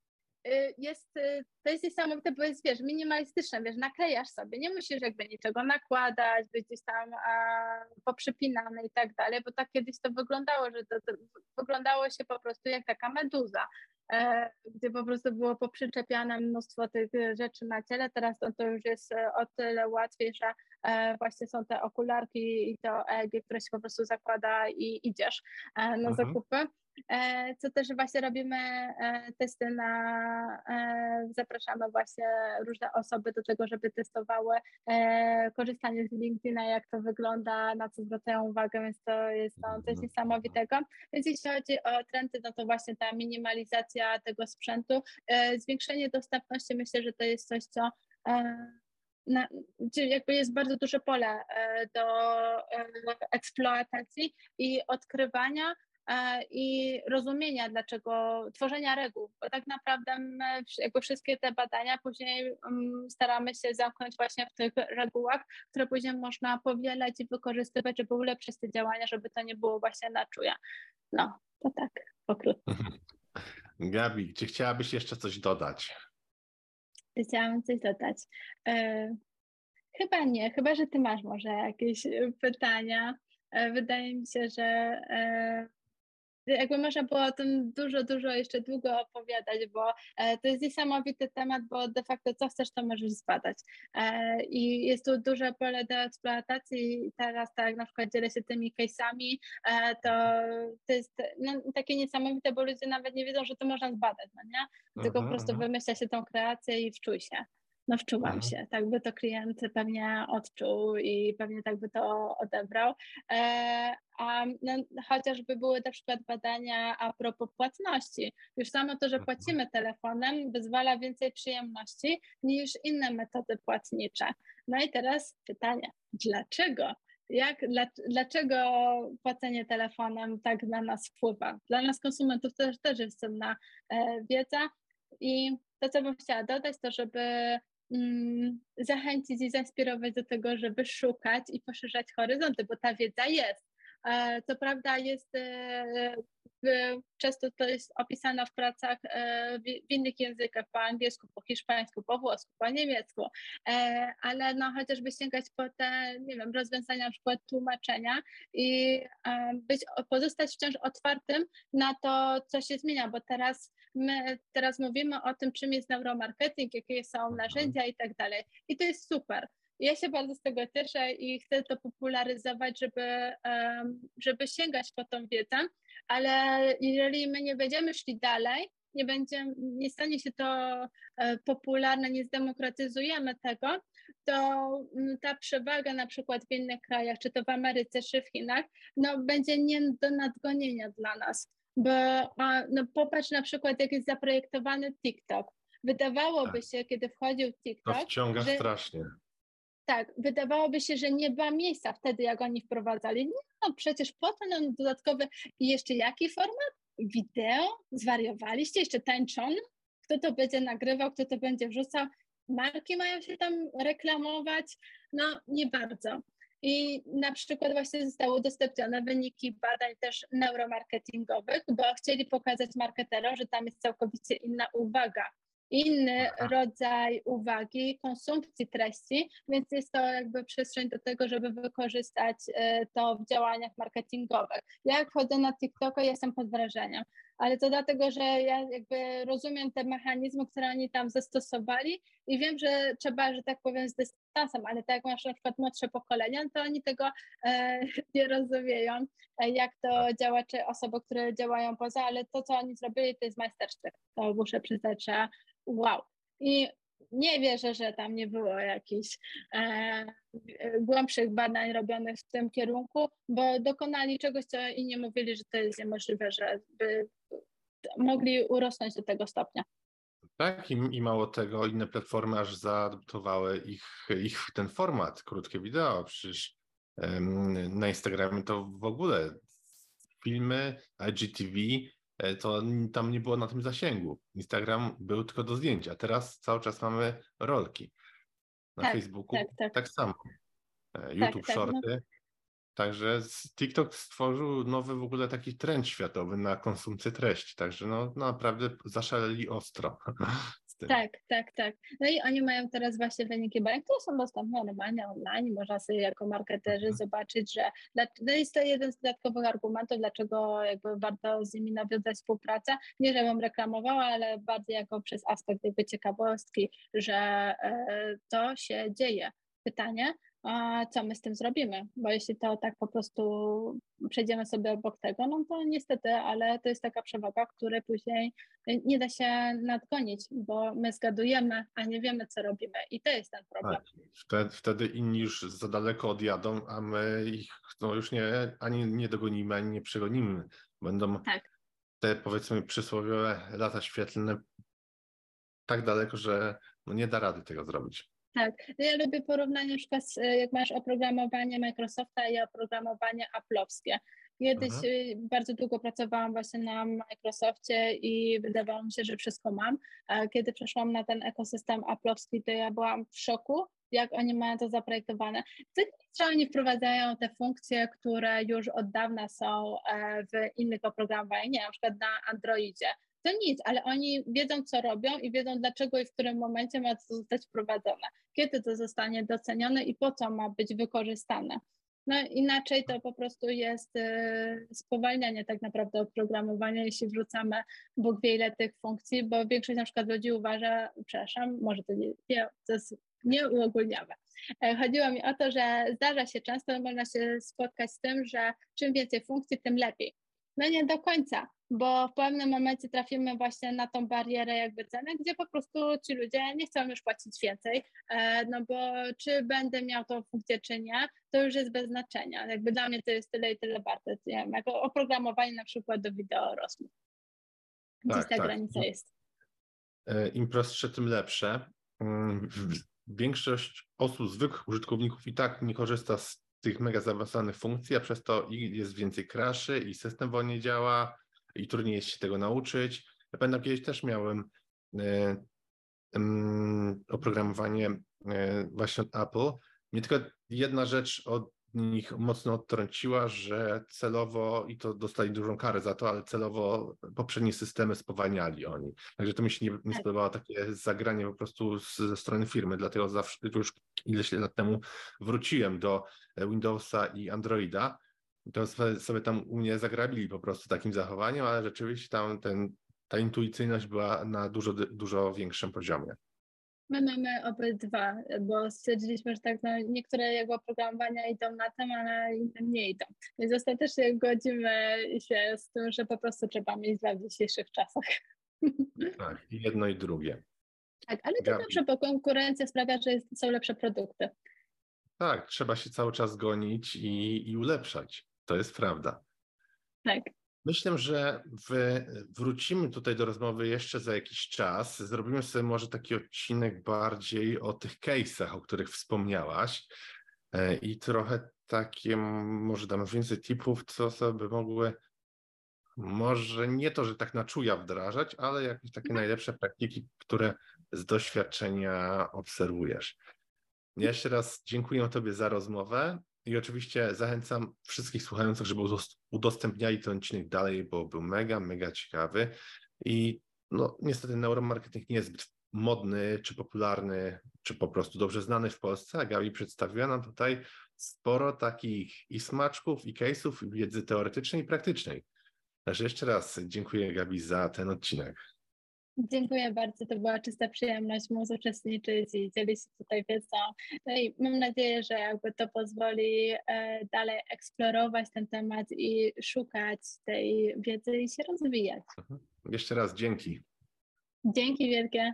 to jest niesamowite, bo jest, wiesz, minimalistyczne, wiesz, naklejasz sobie, nie musisz jakby niczego nakładać, być gdzieś tam poprzypinane i tak dalej, bo tak kiedyś to wyglądało, że to wyglądało się po prostu jak taka meduza, gdzie po prostu było poprzyczepiane mnóstwo tych rzeczy na ciele. Teraz to już jest o tyle łatwiej, że właśnie są te okularki i to EEG, które się po prostu zakłada i idziesz na zakupy. Co też właśnie robimy testy zapraszamy właśnie różne osoby do tego, żeby testowały korzystanie z LinkedIna, jak to wygląda, na co zwracają uwagę, więc to jest coś niesamowitego. Więc jeśli chodzi o trendy, no to właśnie ta minimalizacja tego sprzętu, zwiększenie dostępności, myślę, że to jest coś, co gdzie jakby jest bardzo duże pole do eksploatacji i odkrywania i rozumienia, dlaczego, tworzenia reguł, bo tak naprawdę my jakby wszystkie te badania później staramy się zamknąć właśnie w tych regułach, które później można powielać i wykorzystywać, żeby ulepszyć te działania, żeby to nie było właśnie na czuje. No, to tak pokrótce. Gabi, czy chciałabyś jeszcze coś dodać? Chciałam coś dodać. Chyba nie, chyba że ty masz może jakieś pytania. Wydaje mi się, że jakby można było o tym dużo jeszcze długo opowiadać, bo to jest niesamowity temat, bo de facto co chcesz, to możesz zbadać. I jest tu duże pole do eksploatacji. Teraz tak na przykład dzielę się tymi case'ami, to jest takie niesamowite, bo ludzie nawet nie wiedzą, że to można zbadać, no nie? Tylko po prostu wymyśla się tą kreację i wczuj się. No wczułam się, tak by to klient pewnie odczuł i pewnie tak by to odebrał. Chociażby były na przykład badania a propos płatności. Już samo to, że płacimy telefonem, wyzwala więcej przyjemności niż inne metody płatnicze. No i teraz pytanie, dlaczego? Dlaczego płacenie telefonem tak na nas wpływa? Dla nas konsumentów też jest cenna wiedza i to, co bym chciała dodać, to żeby zachęcić i zainspirować do tego, żeby szukać i poszerzać horyzonty, bo ta wiedza jest. Co prawda jest, często to jest opisane w pracach w innych językach, po angielsku, po hiszpańsku, po włosku, po niemiecku, ale no chociażby sięgać po te, nie wiem, rozwiązania, na przykład tłumaczenia i pozostać wciąż otwartym na to, co się zmienia, bo teraz mówimy o tym, czym jest neuromarketing, jakie są narzędzia i tak dalej. I to jest super. Ja się bardzo z tego cieszę i chcę to popularyzować, żeby sięgać po tą wiedzę, ale jeżeli my nie będziemy szli dalej, nie stanie się to popularne, nie zdemokratyzujemy tego, to ta przewaga na przykład w innych krajach, czy to w Ameryce, czy w Chinach, no będzie nie do nadgonienia dla nas. Bo popatrz na przykład, jak jest zaprojektowany TikTok. Wydawałoby się, kiedy wchodził TikTok, to wciąga strasznie. Tak, wydawałoby się, że nie ma miejsca wtedy, jak oni wprowadzali. No przecież po to nam dodatkowy i jeszcze jaki format? Wideo? Zwariowaliście? Jeszcze tańczono? Kto to będzie nagrywał? Kto to będzie wrzucał? Marki mają się tam reklamować? No nie bardzo. I na przykład właśnie zostały udostępnione wyniki badań też neuromarketingowych, bo chcieli pokazać marketerom, że tam jest całkowicie inna uwaga, inny rodzaj uwagi, konsumpcji treści, więc jest to jakby przestrzeń do tego, żeby wykorzystać to w działaniach marketingowych. Ja jak wchodzę na TikToka, jestem pod wrażeniem, ale to dlatego, że ja jakby rozumiem te mechanizmy, które oni tam zastosowali i wiem, że trzeba, że tak powiem, z dystansem, ale tak jak masz na przykład młodsze pokolenia, to oni tego nie rozumieją, jak to działa, czy osoby, które działają poza, ale to, co oni zrobili, to jest majstersztyk. To muszę przyznać, że wow. I nie wierzę, że tam nie było jakichś głębszych badań robionych w tym kierunku, bo dokonali czegoś, co inni mówili, że to jest niemożliwe, żeby mogli urosnąć do tego stopnia. Tak, i mało tego, inne platformy aż zaadoptowały ich ten format, krótkie wideo. Przecież na Instagramie to w ogóle filmy, IGTV, to tam nie było na tym zasięgu. Instagram był tylko do zdjęcia, a teraz cały czas mamy rolki. Na Facebooku tak samo. YouTube Shorty. Także TikTok stworzył nowy w ogóle taki trend światowy na konsumpcję treści. Także no naprawdę zaszaleli ostro z tym. Tak. No i oni mają teraz właśnie wyniki badań, które są dostępne normalnie online. Można sobie jako marketerzy zobaczyć, że no jest to jeden z dodatkowych argumentów, dlaczego jakby warto z nimi nawiązać współpracę. Nie, żebym reklamowała, ale bardziej jako przez aspekt jakby ciekawostki, że to się dzieje. Pytanie, a co my z tym zrobimy? Bo jeśli to tak po prostu przejdziemy sobie obok tego, no to niestety, ale to jest taka przewaga, której później nie da się nadgonić, bo my zgadujemy, a nie wiemy, co robimy i to jest ten problem. Tak, wtedy inni już za daleko odjadą, a my ich już ani nie dogonimy, ani nie przegonimy. Będą te, powiedzmy, przysłowiowe lata świetlne tak daleko, że nie da rady tego zrobić. Tak, no ja lubię porównanie na przykład, jak masz oprogramowanie Microsofta i oprogramowanie Apple'owskie. Kiedyś bardzo długo pracowałam właśnie na Microsoftie i wydawało mi się, że wszystko mam. A kiedy przeszłam na ten ekosystem Apple'owski, to ja byłam w szoku, jak oni mają to zaprojektowane. To nie, że oni wprowadzają te funkcje, które już od dawna są w innych oprogramowaniach, nie, na przykład na Androidzie. To nic, ale oni wiedzą, co robią i wiedzą, dlaczego i w którym momencie ma to zostać wprowadzone, kiedy to zostanie docenione i po co ma być wykorzystane. No inaczej to po prostu jest spowalnianie tak naprawdę oprogramowania, jeśli wrzucamy Bóg wie ile tych funkcji, bo większość na przykład ludzi uważa, przepraszam, może to jest nieuogólniawe. Chodziło mi o to, że zdarza się często, można się spotkać z tym, że czym więcej funkcji, tym lepiej. No nie do końca, bo w pewnym momencie trafimy właśnie na tą barierę jakby ceny, gdzie po prostu ci ludzie nie chcą już płacić więcej, no bo czy będę miał tą funkcję, czy nie, to już jest bez znaczenia. Jakby dla mnie to jest tyle i tyle warte. Nie wiem, jako oprogramowanie na przykład do wideo rozmów. Gdzieś ta granica jest. Im prostsze, tym lepsze. Większość osób, zwykłych użytkowników i tak nie korzysta z tych mega zaawansowanych funkcji, a przez to jest więcej crashy i system wolniej działa i trudniej jest się tego nauczyć. Ja pamiętam, kiedyś też miałem oprogramowanie właśnie od Apple. Mnie tylko jedna rzecz od nich mocno odtrąciła, że celowo, i to dostali dużą karę za to, ale celowo poprzednie systemy spowalniali oni. Także to mi się nie spodobało takie zagranie po prostu ze strony firmy, dlatego zawsze już ileś lat temu wróciłem do Windowsa i Androida. To sobie tam u mnie zagrabili po prostu takim zachowaniem, ale rzeczywiście tam ta intuicyjność była na dużo większym poziomie. My mamy obydwa, bo stwierdziliśmy, że tak, no, niektóre jego oprogramowania idą na tym, ale inne nie idą. Więc ostatecznie godzimy się z tym, że po prostu trzeba mieć w dzisiejszych czasach. Tak, i jedno i drugie. Tak, ale to dobrze, bo konkurencja sprawia, że są lepsze produkty. Tak, trzeba się cały czas gonić i ulepszać. To jest prawda. Tak. Myślę, że wrócimy tutaj do rozmowy jeszcze za jakiś czas. Zrobimy sobie może taki odcinek bardziej o tych case'ach, o których wspomniałaś i trochę takie, może dam więcej tipów, co osoby mogły, może nie to, że tak na czuja wdrażać, ale jakieś takie najlepsze praktyki, które z doświadczenia obserwujesz. Ja jeszcze raz dziękuję Tobie za rozmowę. I oczywiście zachęcam wszystkich słuchających, żeby udostępniali ten odcinek dalej, bo był mega, mega ciekawy. I no, niestety neuromarketing nie jest zbyt modny, czy popularny, czy po prostu dobrze znany w Polsce, a Gabi przedstawiła nam tutaj sporo takich i smaczków, i case'ów, i wiedzy teoretycznej i praktycznej. Także jeszcze raz dziękuję Gabi za ten odcinek. Dziękuję bardzo, to była czysta przyjemność móc uczestniczyć i dzielić się tutaj wiedzą. No i mam nadzieję, że jakby to pozwoli dalej eksplorować ten temat i szukać tej wiedzy i się rozwijać. Jeszcze raz dzięki. Dzięki wielkie.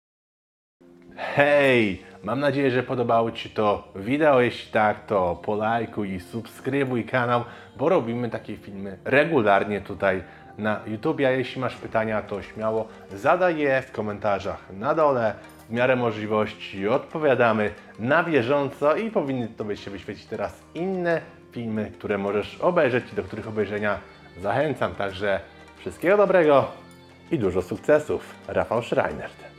Hej! Mam nadzieję, że podobało Ci to wideo. Jeśli tak, to polajkuj i subskrybuj kanał, bo robimy takie filmy regularnie tutaj na YouTube. A jeśli masz pytania, to śmiało zadaj je w komentarzach na dole. W miarę możliwości odpowiadamy na bieżąco i powinny Tobie się wyświecić teraz inne filmy, które możesz obejrzeć i do których obejrzenia zachęcam. Także wszystkiego dobrego i dużo sukcesów. Rafał Schreiner.